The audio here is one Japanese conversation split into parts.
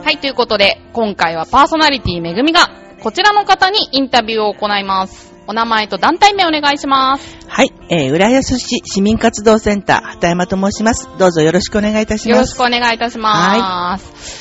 はい、ということで、今回はパーソナリティめぐみが、こちらの方にインタビューを行います。お名前と団体名お願いします。 はい、浦安市市民活動センター、畑山と申します。どうぞよろしくお願いいたします。 よろしくお願いいたします。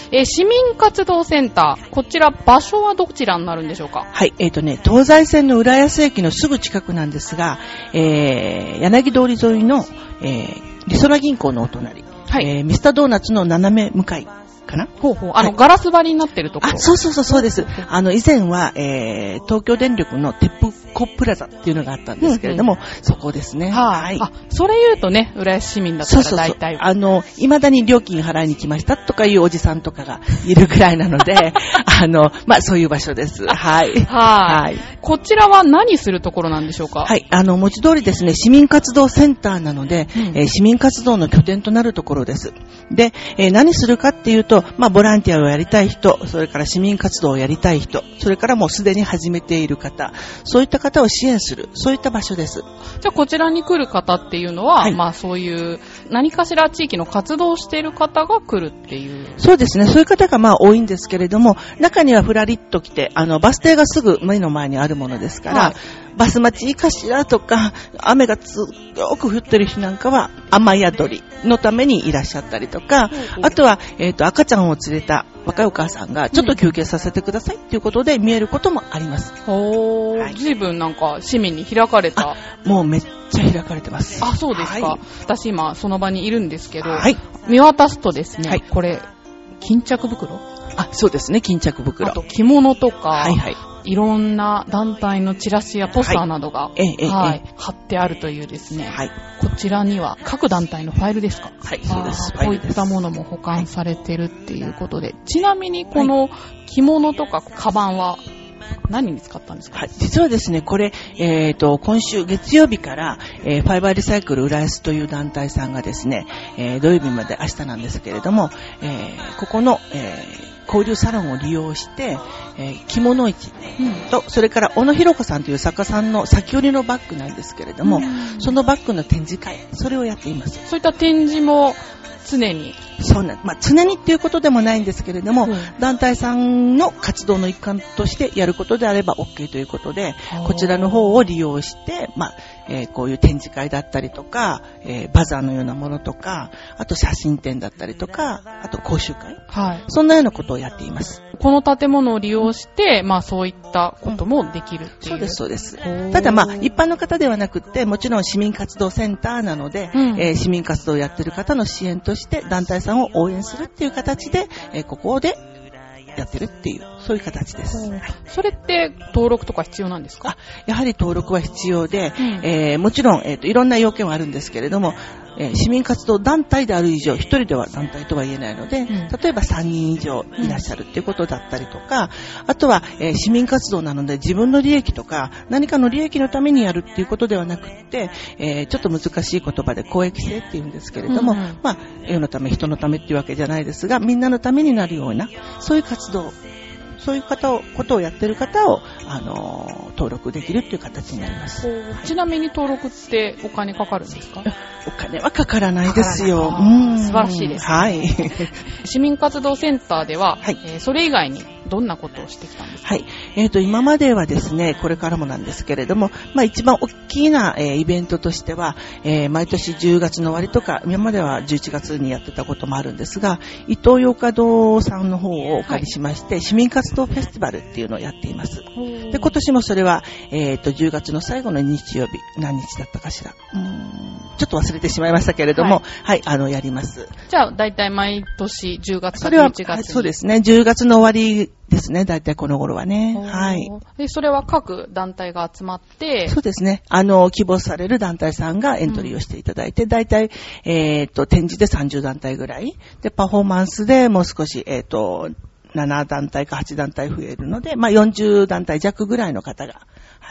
はい、市民活動センター、こちら場所はどちらになるんでしょうか？ はい、東西線の浦安駅のすぐ近くなんですが、柳通り沿いの、りそな銀行のお隣、はい、ミスタードーナツの斜め向かいかな。 ほうほう。ガラス張りになってるところ。 そうです。以前は、東京電力の鉄コプラザっていうのがあったんですけれども、そこですね。 はい。それ言うとね、浦安市民だったら大体。 未だに料金払いに来ましたとかいうおじさんとかがいるぐらいなので、そういう場所です。はい。 はい。こちらは何するところなんでしょうか？ はい。文字通りですね、市民活動センターなので、市民活動の拠点となるところです。で、何するかっていうと、ボランティアをやりたい人、それから市民活動をやりたい人、それからもうすでに始めている方、そういった方を支援する、そういった場所です。 じゃあこちらに来る方っていうのは、はい、そういう何かしら地域の活動をしている方が来るっていう。 そうですね、そういう方が多いんですけれども、中にはふらりっと来て、バス停がすぐ目の前にあるものですから、はい、バス待ちいいかしらとか、雨が強く降ってる日なんかは雨宿りのためにいらっしゃったりとか、あとは、赤ちゃんを連れた若いお母さんがちょっと休憩させてくださいっていうことで見えることもあります。 はい、随分なんか市民に開かれた。 もうめっちゃ開かれてます。 あ、そうですか。はい、私今その場にいるんですけど、 はい、 見渡すとですね、はい、これ、巾着袋？ そうですね、巾着袋。 あと着物とか、 はいはい。 いろんな団体のチラシやポスターなどが、貼ってあるというですね、はい、こちらには各団体のファイルですか？ はい、そうです。 こういったものも保管されてるっていうことで、はい、ちなみにこの着物とかカバンは何に使ったんですか？ はい、実はですね、これ、今週月曜日から、ファイバーリサイクル浦安という団体さんがですね、土曜日まで明日なんですけれども、ここの、交流サロンを利用して、着物市と、それから小野弘子さんという作家さんの先折りのバッグなんですけれども、そのバッグの展示会、それをやっています。 そういった展示も常に。 そうなん、常にっていうことでもないんですけれども、団体さんの活動の一環としてやることであれば OK ということで、こちらの方を利用して、こういう展示会だったりとか、バザーのようなものとか、あと写真展だったりとか、あと講習会、はい、そんなようなことをやっています。 この建物を利用して、そういったこともできるっていう。 そうです。ただ一般の方ではなくって、もちろん市民活動センターなので、市民活動をやっている方の支援として団体さんを応援するっていう形で、ここでやってるっていう、そういう形です。 それって登録とか必要なんですか？ やはり登録は必要で、もちろん、いろんな要件はあるんですけれども、市民活動団体である以上、一人では団体とは言えないので、例えば3人以上いらっしゃるっていうことだったりとか、あとは、市民活動なので自分の利益とか何かの利益のためにやるっていうことではなくって、ちょっと難しい言葉で公益性っていうんですけれども、世のため人のためっていうわけじゃないですが、みんなのためになるようなそういう活動、そういうことをやってる方を、登録できるっていう形になります。 ちなみに登録ってお金かかるんですか？ お金はかからないですよ。 素晴らしいです。 はい。 市民活動センターでは、はい、それ以外にどんなことをしてきたんですか？ はい。今まではですね、これからもなんですけれども、一番大きな、イベントとしては、毎年10月の終わりとか、今までは11月にやってたこともあるんですが、イトーヨーカドーさんの方をお借りしまして、はい、市民活動フェスティバルっていうのをやっています。で、今年もそれは、10月の最後の日曜日、何日だったかしら。ちょっと忘れてしまいましたけれども、はい、やります。 じゃあ、だいたい毎年10月から11月に。 そうですね、10月の終わりですね、だいたいこの頃はね。はい。 で、それは各団体が集まって。 そうですね。希望される団体さんがエントリーをしていただいて、だいたい、展示で30団体ぐらい。で、パフォーマンスでもう少し、7団体か8団体増えるので、40団体弱ぐらいの方が、はい、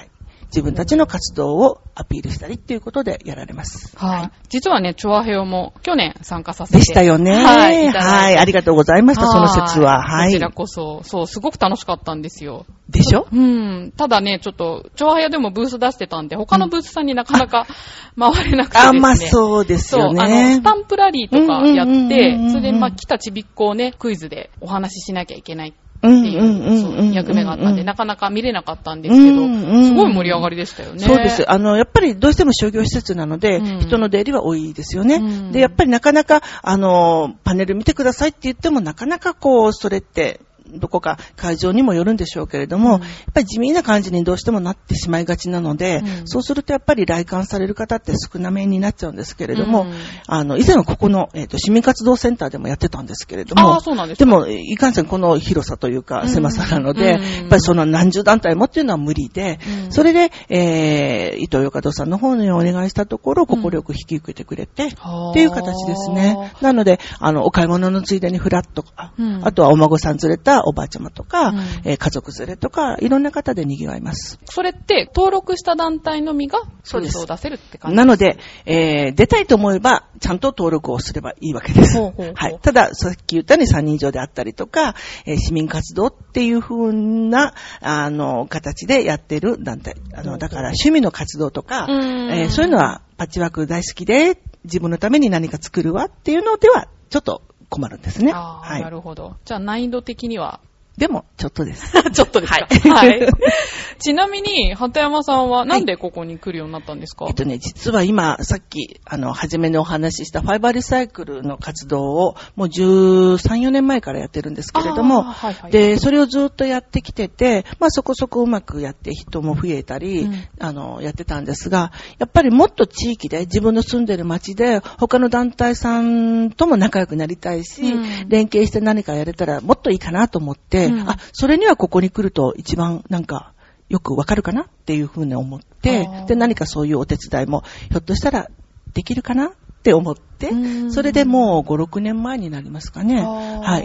自分たちの活動をアピールしたりっていうことでやられます。 はい。実はね、チョアヘヨも去年参加させて。 でしたよね。はい。はい。ありがとうございました、その説は。はい。 こちらこそ、そう、すごく楽しかったんですよ。 でしょ？ うん。ただね、ちょっと、チョアヘヨでもブース出してたんで、他のブースさんになかなか回れなくてですね。 まあそうですよね。 そう、スタンプラリーとかやって、それで、来たちびっこをね、クイズでお話ししなきゃいけないっていう役目があったんで、なかなか見れなかったんですけど、すごい盛り上がりでしたよね。 そうです。やっぱりどうしても商業施設なので、人の出入りは多いですよね。で、やっぱりなかなか、パネル見てくださいって言っても、なかなかそれって、どこか会場にもよるんでしょうけれども、やっぱり地味な感じにどうしてもなってしまいがちなので、そうするとやっぱり来館される方って少なめになっちゃうんですけれども、以前はここの、市民活動センターでもやってたんですけれども、でも、いかんせんこの広さというか狭さなので、やっぱりその何十団体もっていうのは無理で、それで、伊東洋華堂さんの方にお願いしたところ、快く引き受けてくれて、っていう形ですね。なので、お買い物のついでにフラッとか、あとはお孫さん連れたおばあちゃまとか、家族連れとか、いろんな方で賑わいます。 それって、登録した団体のみが、ブースを出せるって感じですか？ なので、出たいと思えば、ちゃんと登録をすればいいわけです。はい。ただ、さっき言ったように3人以上であったりとか、市民活動っていう風な、形でやっている団体。だから趣味の活動とか、そういうのはパッチワーク大好きで、自分のために何か作るわっていうのでは、ちょっと、困るんですね。 はい。なるほど。じゃあ難易度的にはでも、ちょっとです。 ちょっとですか。はい。ちなみに、畑山さんはなんでここに来るようになったんですか？ 実は今、さっき、初めにお話ししたファイバーリサイクルの活動を、もう13、4年前からやってるんですけれども、で、それをずっとやってきてて、そこそこうまくやって人も増えたり、やってたんですが、やっぱりもっと地域で、自分の住んでる町で、他の団体さんとも仲良くなりたいし、連携して何かやれたらもっといいかなと思って、それにはここに来ると一番よくわかるかなっていうふうに思って、で、何かそういうお手伝いもひょっとしたらできるかなって思って、それでもう5、6年前になりますかね。はい。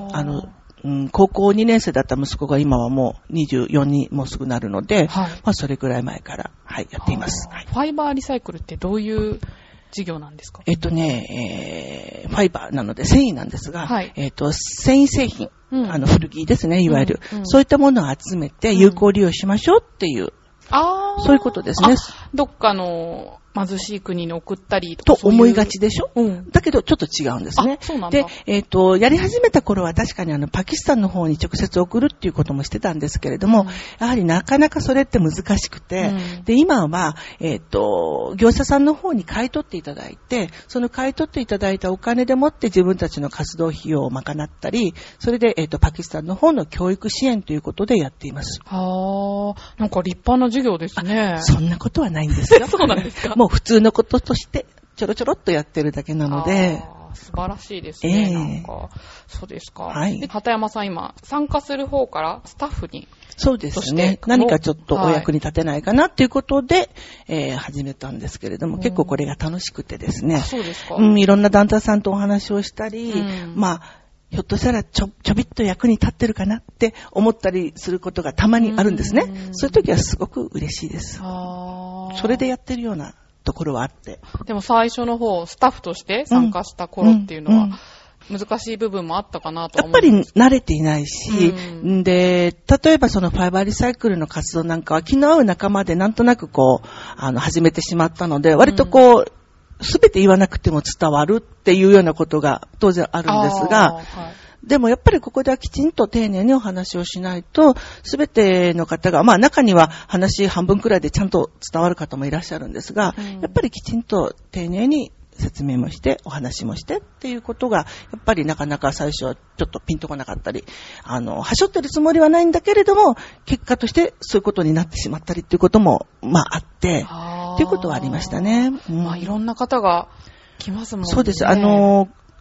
高校2年生だった息子が今はもう24にもうすぐなるので、それぐらい前から、やっています。 ファイバーリサイクルってどういう事業なんですか？ ファイバーなので繊維なんですが、繊維製品、古着ですね、いわゆる、そういったものを集めて有効利用しましょうっていう、そういうことですね。 どっかの貧しい国に送ったりとか。 と思いがちでしょ？だけどちょっと違うんですね。 そうなんだ。 で、やり始めた頃は確かにパキスタンの方に直接送るっていうこともしてたんですけれども、やはりなかなかそれって難しくて、で、今は、業者さんの方に買い取っていただいて、その買い取っていただいたお金でもって自分たちの活動費用を賄ったり、それで、パキスタンの方の教育支援ということでやっています。 なんか立派な授業ですね。 そんなことはないんですよ。 そうなんですか？ もう普通のこととしてちょろちょろっとやってるだけなので。 素晴らしいですね。そうですか。で、畑山さん今参加する方からスタッフに。そうですね。 何かちょっとお役に立てないかなっていうことで、始めたんですけれども、結構これが楽しくてですね。 そうですか。 いろんな団体さんとお話をしたり、ひょっとしたらちょびっと役に立ってるかなって思ったりすることがたまにあるんですね。そういう時はすごく嬉しいです。それでやってるようなところはあって。 でも最初の方、スタッフとして参加した頃っていうのは、難しい部分もあったかなと思う。 やっぱり慣れていないし、で、例えばそのファイバーリサイクルの活動なんかは気の合う仲間でなんとなく始めてしまったので、割とすべて言わなくても伝わるっていうようなことが当然あるんですが、でもやっぱりここではきちんと丁寧にお話をしないと、すべての方が、中には話半分くらいでちゃんと伝わる方もいらっしゃるんですが、やっぱりきちんと丁寧に説明もして、お話もしてっていうことが、やっぱりなかなか最初はちょっとピンとこなかったり、はしょってるつもりはないんだけれども、結果としてそういうことになってしまったりっていうことも、あって、っていうことはありましたね。 いろんな方が来ますもんね。 そうです。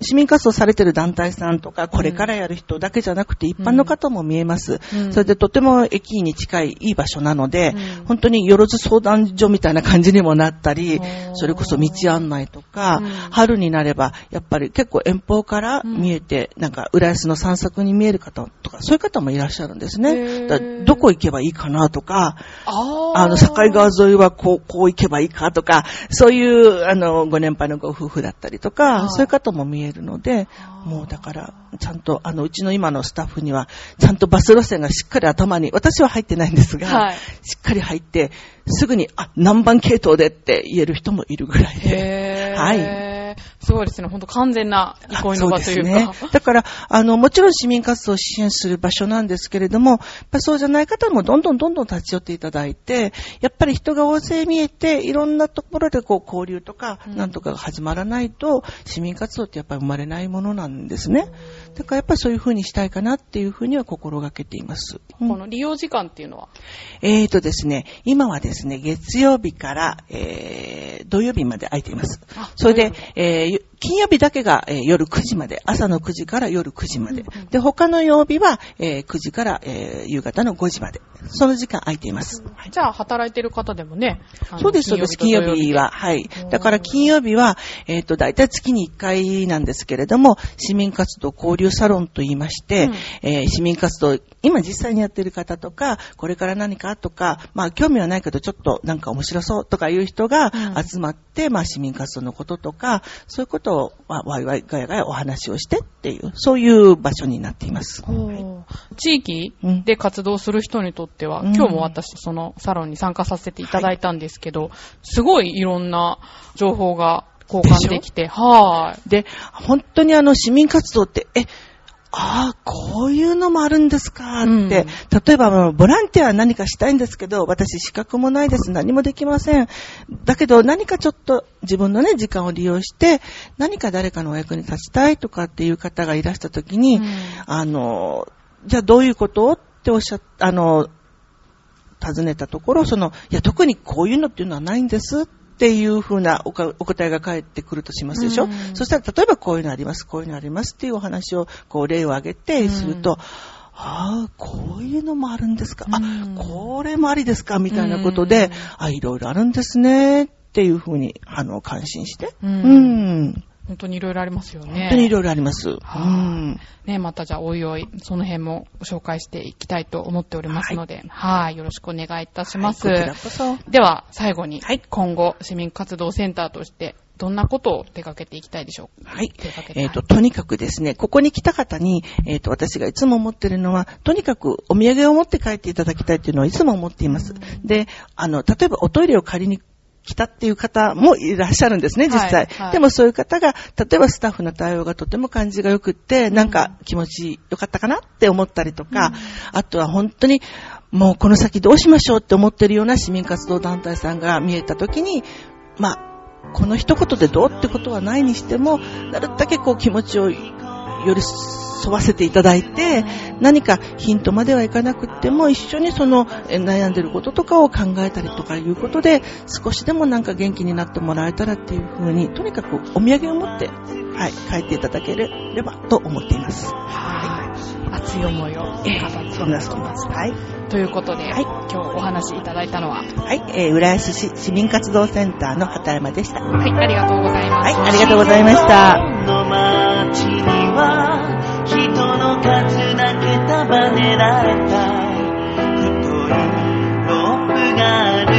市民活動されてる団体さんとか、これからやる人だけじゃなくて一般の方も見えます。それでとても駅に近いいい場所なので、本当によろず相談所みたいな感じにもなったり、それこそ道案内とか、春になればやっぱり結構遠方から見えて、なんか浦安の散策に見える方とか、そういう方もいらっしゃるんですね。どこ行けばいいかなとか、境川沿いはこう行けばいいかとか、そういうご年配のご夫婦だったりとか、そういう方も見えるので、もうだからちゃんとうちの今のスタッフにはちゃんとバス路線がしっかり頭に、私は入ってないんですが、しっかり入ってすぐに何番系統でって言える人もいるぐらいで、はい。 すごいですね。本当完全な憩いの場というか。そうですね。 だからもちろん市民活動を支援する場所なんですけれども、やっぱそうじゃない方もどんどん立ち寄っていただいて、やっぱり人が大勢見えて、いろんなところで交流とかなんとかが始まらないと、市民活動ってやっぱり生まれないものなんですね。だからやっぱりそういう風にしたいかなっていう風には心がけています。 この利用時間っていうのはですね、今はですね、月曜日から、土曜日まで空いています。それで、金曜日だけが、夜9時まで、朝の9時から夜9時まで。で、他の曜日は、9時から、夕方の5時まで。その時間空いています。 じゃあ、働いてる方でもね。 そうです、そうです。金曜日は。はい。だから金曜日は、だいたい月に1回なんですけれども、市民活動交流サロンと言いまして、市民活動、今実際にやってる方とか、これから何かとか、興味はないけどちょっとなんか面白そうとかいう人が集まって、市民活動のこととか、そういうことをワイワイガヤガヤお話をしてっていう、そういう場所になっています。 地域で活動する人にとっては、今日も私そのサロンに参加させていただいたんですけど、すごいいろんな情報が交換できて、 で、本当に市民活動って、こういうのもあるんですかって、例えばボランティアは何かしたいんですけど、私資格もないです。何もできません。だけど何かちょっと自分のね、時間を利用して、何か誰かのお役に立ちたいとかっていう方がいらしたときに、じゃあどういうことっておっしゃ尋ねたところ、いや特にこういうのっていうのはないんです。っていうふうなお答えが返ってくるとしますでしょ。そしたら例えばこういうのあります、こういうのありますっていうお話を例を挙げてすると、こういうのもあるんですか、これもありですかみたいなことで、いろいろあるんですねっていうふうに感心して、 本当にいろいろありますよね。 本当にいろいろあります。 ね、またじゃあおいおいその辺も紹介していきたいと思っておりますので、よろしくお願いいたします。 こちらこそ。 では最後に、今後市民活動センターとしてどんなことを手掛けていきたいでしょうか。 とにかくですね、ここに来た方に、私がいつも思っているのは、とにかくお土産を持って帰っていただきたいというのをいつも思っています。で、例えばおトイレを借りに来たっていう方もいらっしゃるんですね、実際。でもそういう方が、例えばスタッフの対応がとても感じが良くって、なんか気持ち良かったかなって思ったりとか、あとは本当にもうこの先どうしましょうって思ってるような市民活動団体さんが見えたときに、この一言でどうってことはないにしても、なるだけ気持ちを寄り沿わせていただいて、何かヒントまではいかなくっても一緒に悩んでることとかを考えたりとかいうことで、少しでもなんか元気になってもらえたらっていうふうに、とにかくお土産を持って帰っていただければと思っています。 熱い思いをそんなそうです。 ということで、今日お話しいただいたのは、 浦安市市民活動センターの畑山でした。 ありがとうございます。 ありがとうございました。 の街には人の数だけ束ねられた太いロープがある。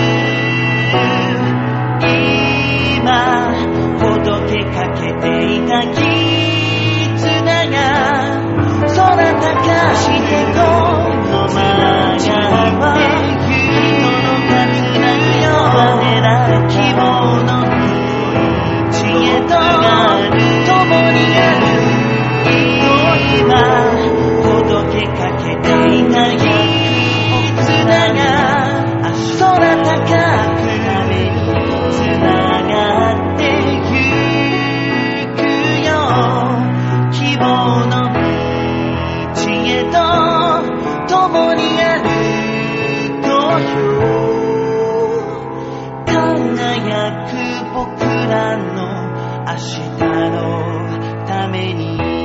今ほどけかけていた絆が空高してこの街には人の数だけ束ねられた希望の知恵と共にある。今ほどけかけていた絆が空高く壁につながってゆくよ。希望の知恵と共に歩こうよ。輝く僕らの明日のために